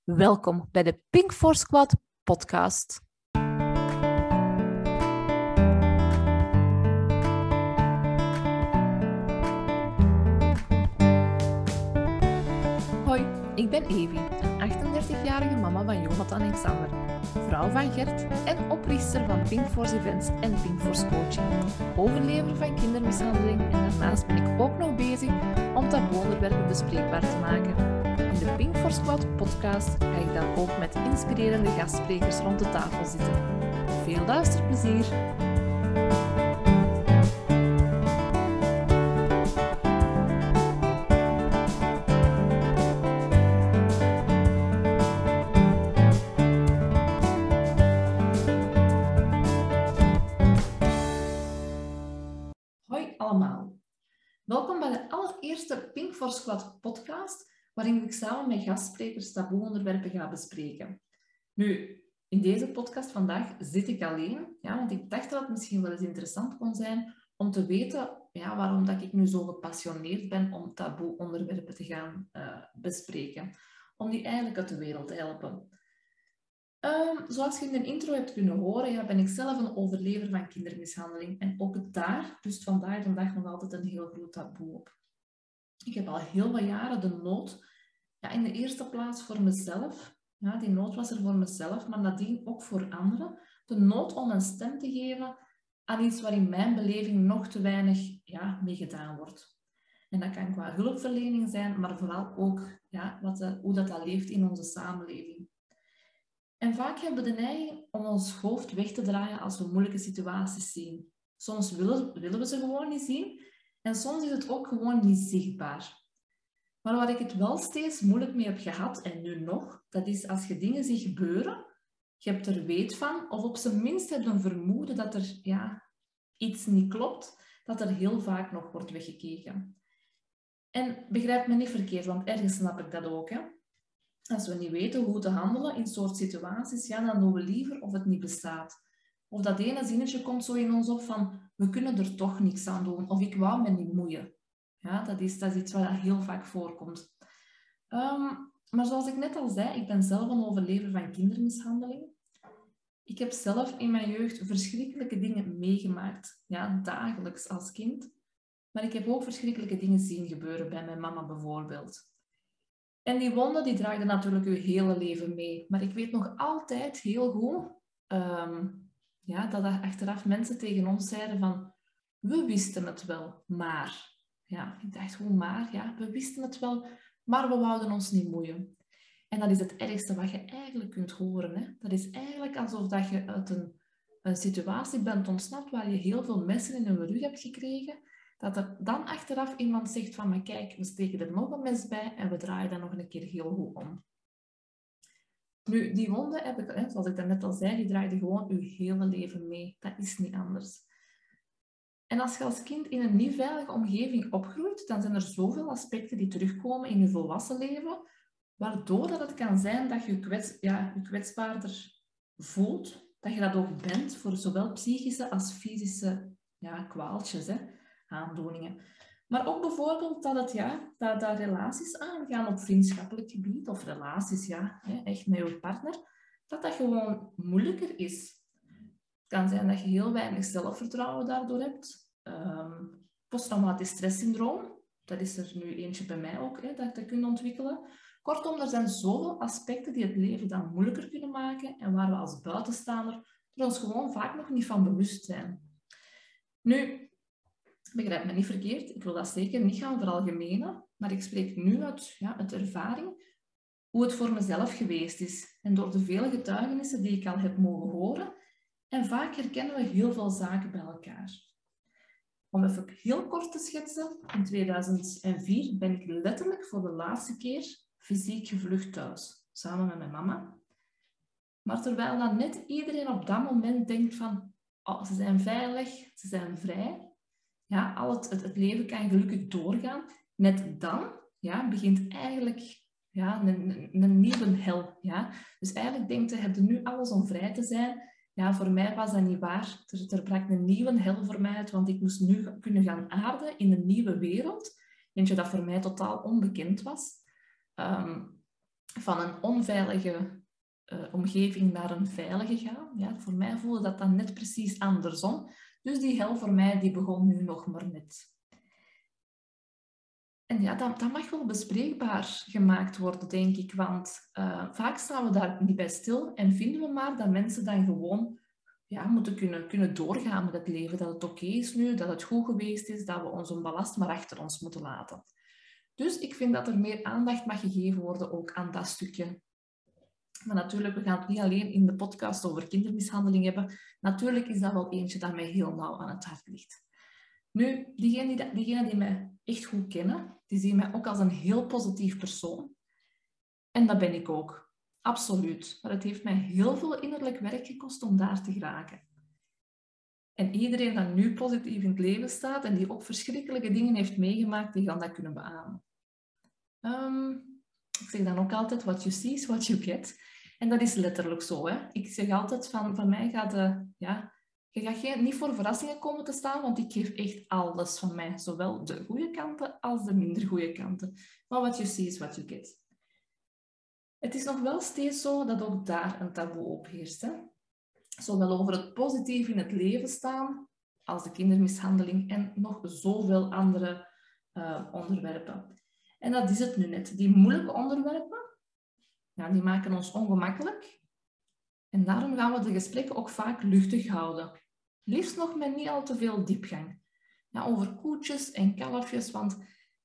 Welkom bij de Pink for Squad podcast. Hoi, ik ben Evie, een 38-jarige mama van Jonathan en Xander, vrouw van Gert en oprichter van Pink Force Events en Pink Force Coaching, overlever van kindermishandeling en daarnaast ben ik ook nog bezig om taboe-onderwerpen bespreekbaar te maken. In de Pink for Squad podcast ga ik dan ook met inspirerende gastsprekers rond de tafel zitten. Veel luisterplezier! Hoi allemaal! Welkom bij de allereerste Pink for Squad podcast, waarin ik samen met gastsprekers taboe-onderwerpen ga bespreken. Nu, in deze podcast vandaag zit ik alleen, want ik dacht dat het misschien wel eens interessant kon zijn om te weten waarom dat ik nu zo gepassioneerd ben om taboe-onderwerpen te gaan bespreken. Om die eigenlijk uit de wereld te helpen. Zoals je in de intro hebt kunnen horen, ben ik zelf een overlever van kindermishandeling. En ook daar rust vandaag de dag nog altijd een heel groot taboe op. Ik heb al heel wat jaren de nood, in de eerste plaats voor mezelf. Ja, die nood was er voor mezelf, maar nadien ook voor anderen. De nood om een stem te geven aan iets waar in mijn beleving nog te weinig mee gedaan wordt. En dat kan qua hulpverlening zijn, maar vooral ook hoe dat leeft in onze samenleving. En vaak hebben we de neiging om ons hoofd weg te draaien als we moeilijke situaties zien. Soms willen we ze gewoon niet zien en soms is het ook gewoon niet zichtbaar. Maar waar ik het wel steeds moeilijk mee heb gehad, en nu nog, dat is als je dingen ziet gebeuren, je hebt er weet van, of op zijn minst hebt een vermoeden dat er iets niet klopt, dat er heel vaak nog wordt weggekeken. En begrijp me niet verkeerd, want ergens snap ik dat ook. Als we niet weten hoe te handelen in soort situaties, dan doen we liever of het niet bestaat. Of dat ene zinnetje komt zo in ons op van, we kunnen er toch niks aan doen, of ik wou me niet moeien. Ja, dat is iets wat heel vaak voorkomt. Maar zoals ik net al zei, ik ben zelf een overlever van kindermishandeling. Ik heb zelf in mijn jeugd verschrikkelijke dingen meegemaakt. Ja, dagelijks als kind. Maar ik heb ook verschrikkelijke dingen zien gebeuren bij mijn mama bijvoorbeeld. En die wonden die draagden natuurlijk uw hele leven mee. Maar ik weet nog altijd heel goed dat achteraf mensen tegen ons zeiden van, we wisten het wel, maar... Ja, ik dacht gewoon maar, we wisten het wel, maar we wouden ons niet moeien. En dat is het ergste wat je eigenlijk kunt horen. Hè? Dat is eigenlijk alsof dat je uit een situatie bent ontsnapt waar je heel veel messen in je rug hebt gekregen, dat er dan achteraf iemand zegt van, maar kijk, we steken er nog een mes bij en we draaien dat nog een keer heel goed om. Nu, die wonden heb ik, zoals ik daarnet al zei, die draaiden gewoon je hele leven mee. Dat is niet anders. En als je als kind in een niet veilige omgeving opgroeit, dan zijn er zoveel aspecten die terugkomen in je volwassen leven, waardoor dat het kan zijn dat je je kwetsbaarder voelt, dat je dat ook bent voor zowel psychische als fysische kwaaltjes, aandoeningen. Maar ook bijvoorbeeld dat relaties aangaan op vriendschappelijk gebied, of relaties echt met je partner, dat gewoon moeilijker is. Het kan zijn dat je heel weinig zelfvertrouwen daardoor hebt. Posttraumatisch stresssyndroom, dat is er nu eentje bij mij ook, dat ik dat kun ontwikkelen. Kortom, er zijn zoveel aspecten die het leven dan moeilijker kunnen maken en waar we als buitenstaander er ons gewoon vaak nog niet van bewust zijn. Nu, begrijp me niet verkeerd, ik wil dat zeker niet gaan veralgemenen, maar ik spreek nu uit ervaring hoe het voor mezelf geweest is en door de vele getuigenissen die ik al heb mogen horen. En vaak herkennen we heel veel zaken bij elkaar. Om even heel kort te schetsen, in 2004 ben ik letterlijk voor de laatste keer fysiek gevlucht thuis, samen met mijn mama. Maar terwijl dan net iedereen op dat moment denkt van, ze zijn veilig, ze zijn vrij, het leven kan gelukkig doorgaan, net dan begint eigenlijk een nieuwe hel. Dus eigenlijk denkt je, heb je nu alles om vrij te zijn. Voor mij was dat niet waar. Er brak een nieuwe hel voor mij uit, want ik moest nu kunnen gaan aarden in een nieuwe wereld. Eentje dat voor mij totaal onbekend was. van een onveilige omgeving naar een veilige gaan. Ja, voor mij voelde dat dan net precies andersom. Dus die hel voor mij, die begon nu nog maar net. En ja, dat mag wel bespreekbaar gemaakt worden, denk ik. Want vaak staan we daar niet bij stil en vinden we maar dat mensen dan gewoon moeten kunnen doorgaan met het leven. Dat het oké is nu, dat het goed geweest is, dat we onze ballast maar achter ons moeten laten. Dus ik vind dat er meer aandacht mag gegeven worden ook aan dat stukje. Maar natuurlijk, we gaan het niet alleen in de podcast over kindermishandeling hebben. Natuurlijk is dat wel eentje dat mij heel nauw aan het hart ligt. Nu, diegenen die mij echt goed kennen, die zien mij ook als een heel positief persoon. En dat ben ik ook. Absoluut. Maar het heeft mij heel veel innerlijk werk gekost om daar te geraken. En iedereen die nu positief in het leven staat en die ook verschrikkelijke dingen heeft meegemaakt, die gaan dat kunnen beamen. Ik zeg dan ook altijd, what you see is what you get. En dat is letterlijk zo. Hè? Ik zeg altijd, van mij gaat je gaat niet voor verrassingen komen te staan, want ik geef echt alles van mij. Zowel de goede kanten als de minder goede kanten. Maar what you see is what you get. Het is nog wel steeds zo dat ook daar een taboe op heerst. Hè? Zowel over het positief in het leven staan, als de kindermishandeling en nog zoveel andere onderwerpen. En dat is het nu net. Die moeilijke onderwerpen, die maken ons ongemakkelijk. En daarom gaan we de gesprekken ook vaak luchtig houden. Liefst nog met niet al te veel diepgang. Ja, over koetjes en kalfjes, want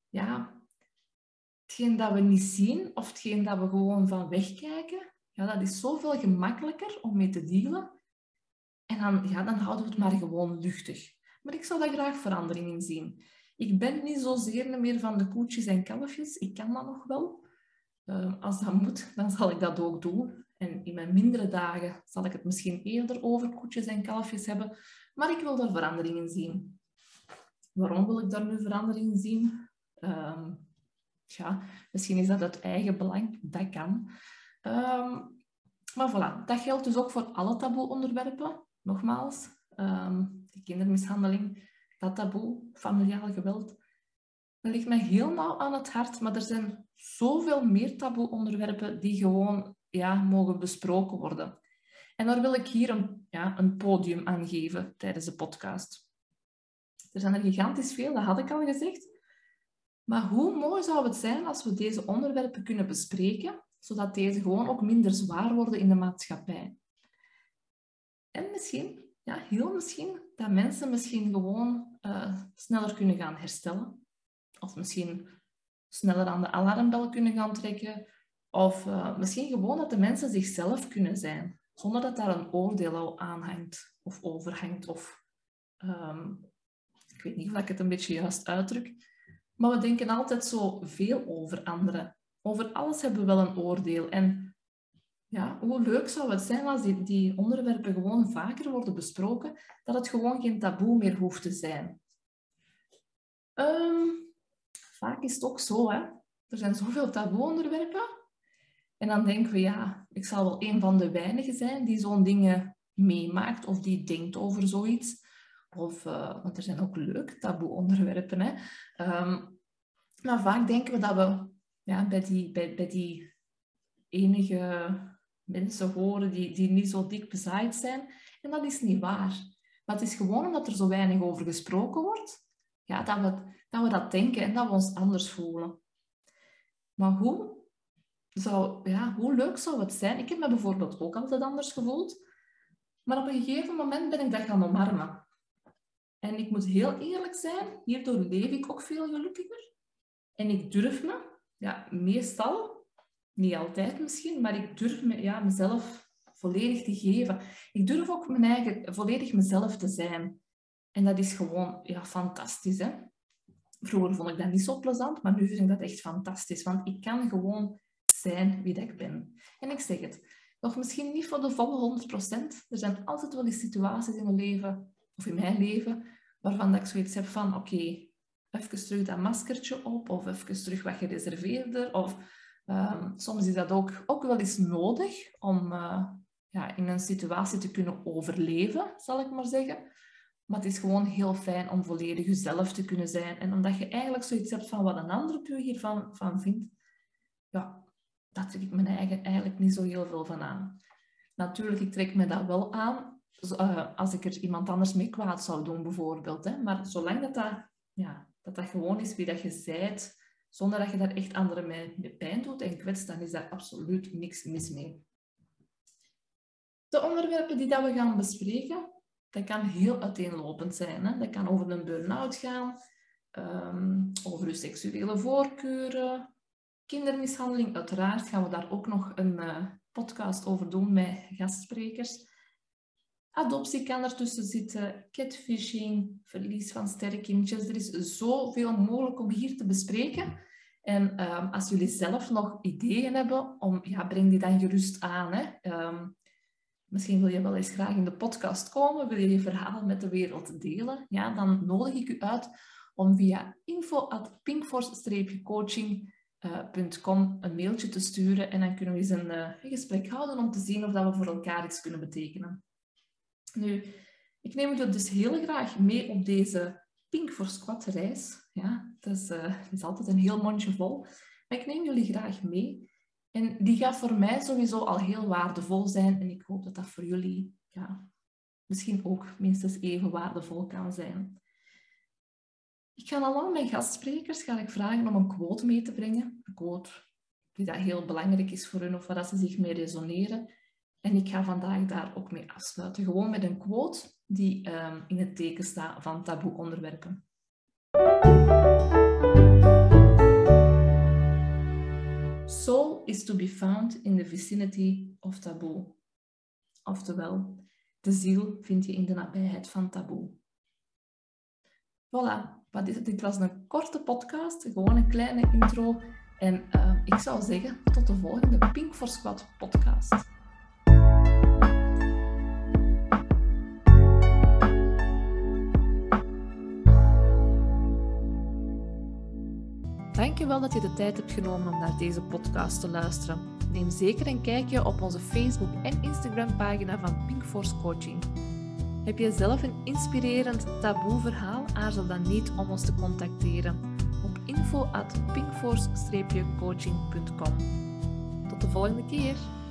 hetgeen dat we niet zien of hetgeen dat we gewoon van wegkijken, dat is zoveel gemakkelijker om mee te dealen. En dan houden we het maar gewoon luchtig. Maar ik zou daar graag verandering in zien. Ik ben niet zozeer meer van de koetjes en kalfjes. Ik kan dat nog wel. Als dat moet, dan zal ik dat ook doen. En in mijn mindere dagen zal ik het misschien eerder over koetjes en kalfjes hebben. Maar ik wil daar verandering in zien. Waarom wil ik daar nu verandering in zien? Misschien is dat uit eigen belang. Dat kan. Maar voilà, dat geldt dus ook voor alle taboe-onderwerpen. Nogmaals, de kindermishandeling, dat taboe, familiaal geweld. Dat ligt mij heel nauw aan het hart, maar er zijn zoveel meer taboe-onderwerpen die gewoon mogen besproken worden. En daar wil ik hier een podium aan geven tijdens de podcast. Er zijn er gigantisch veel, dat had ik al gezegd. Maar hoe mooi zou het zijn als we deze onderwerpen kunnen bespreken, zodat deze gewoon ook minder zwaar worden in de maatschappij. En misschien, heel misschien, dat mensen misschien gewoon sneller kunnen gaan herstellen. Of misschien sneller aan de alarmbel kunnen gaan trekken. Of misschien gewoon dat de mensen zichzelf kunnen zijn, zonder dat daar een oordeel al aanhangt of overhangt. Of, ik weet niet of ik het een beetje juist uitdruk. Maar we denken altijd zo veel over anderen. Over alles hebben we wel een oordeel. En hoe leuk zou het zijn als die onderwerpen gewoon vaker worden besproken, dat het gewoon geen taboe meer hoeft te zijn. Vaak is het ook zo, hè. Er zijn zoveel taboe-onderwerpen. En dan denken we, ik zal wel een van de weinigen zijn die zo'n dingen meemaakt of die denkt over zoiets. Of, want er zijn ook leuke taboe-onderwerpen, hè. Maar vaak denken we dat we bij die enige mensen horen die niet zo dik bezaaid zijn. En dat is niet waar. Maar het is gewoon omdat er zo weinig over gesproken wordt, dat we dat denken en dat we ons anders voelen. Maar hoe leuk zou het zijn? Ik heb me bijvoorbeeld ook altijd anders gevoeld. Maar op een gegeven moment ben ik dat gaan omarmen. En ik moet heel eerlijk zijn, hierdoor leef ik ook veel gelukkiger. En ik durf me, meestal, niet altijd misschien, maar ik durf mezelf volledig te geven. Ik durf ook volledig mezelf te zijn. En dat is gewoon fantastisch. Hè? Vroeger vond ik dat niet zo plezant, maar nu vind ik dat echt fantastisch. Want ik kan gewoon zijn wie dat ik ben. En ik zeg het, nog misschien niet voor de volle 100%. Er zijn altijd wel die situaties in mijn leven, of in mijn leven, waarvan dat ik zoiets heb van, oké, even terug dat maskertje op, of even terug wat gereserveerder. Of soms is dat ook wel eens nodig om in een situatie te kunnen overleven, zal ik maar zeggen. Maar het is gewoon heel fijn om volledig jezelf te kunnen zijn. En omdat je eigenlijk zoiets hebt van wat een ander u hiervan vindt, daar trek ik me eigenlijk niet zo heel veel van aan. Natuurlijk, ik trek me dat wel aan als ik er iemand anders mee kwaad zou doen, bijvoorbeeld. Hè. Maar zolang dat gewoon is wie dat je zijt, zonder dat je daar echt anderen mee pijn doet en kwetst, dan is daar absoluut niks mis mee. De onderwerpen die dat we gaan bespreken, dat kan heel uiteenlopend zijn. Hè. Dat kan over een burn-out gaan, over je seksuele voorkeuren, kindermishandeling. Uiteraard gaan we daar ook nog een podcast over doen met gastsprekers. Adoptie kan ertussen zitten, catfishing, verlies van sterrenkindjes. Er is zoveel mogelijk om hier te bespreken. En als jullie zelf nog ideeën hebben, breng die dan gerust aan. Hè. Misschien wil je wel eens graag in de podcast komen, wil je je verhaal met de wereld delen. Ja, dan nodig ik u uit om via info@pinkforce-coaching.com een mailtje te sturen. En dan kunnen we eens een gesprek houden om te zien of dat we voor elkaar iets kunnen betekenen. Nu, ik neem jullie dus heel graag mee op deze Pink for Squat reis. Ja, het is altijd een heel mondje vol. Maar ik neem jullie graag mee. En die gaat voor mij sowieso al heel waardevol zijn. En ik hoop dat dat voor jullie misschien ook minstens even waardevol kan zijn. Ik ga aan al mijn gastsprekers vragen om een quote mee te brengen. Een quote die dat heel belangrijk is voor hun of waar ze zich mee resoneren. En ik ga vandaag daar ook mee afsluiten. Gewoon met een quote die in het teken staat van taboe onderwerpen. Soul is to be found in the vicinity of taboo. Oftewel, de ziel vind je in de nabijheid van taboe. Voilà, dit was een korte podcast, gewoon een kleine intro. En ik zou zeggen, tot de volgende Pink for Squat podcast. Dankjewel dat je de tijd hebt genomen om naar deze podcast te luisteren. Neem zeker een kijkje op onze Facebook- en Instagram-pagina van Pink Force Coaching. Heb je zelf een inspirerend taboe-verhaal? Aarzel dan niet om ons te contacteren op info@pinkforce-coaching.com. Tot de volgende keer!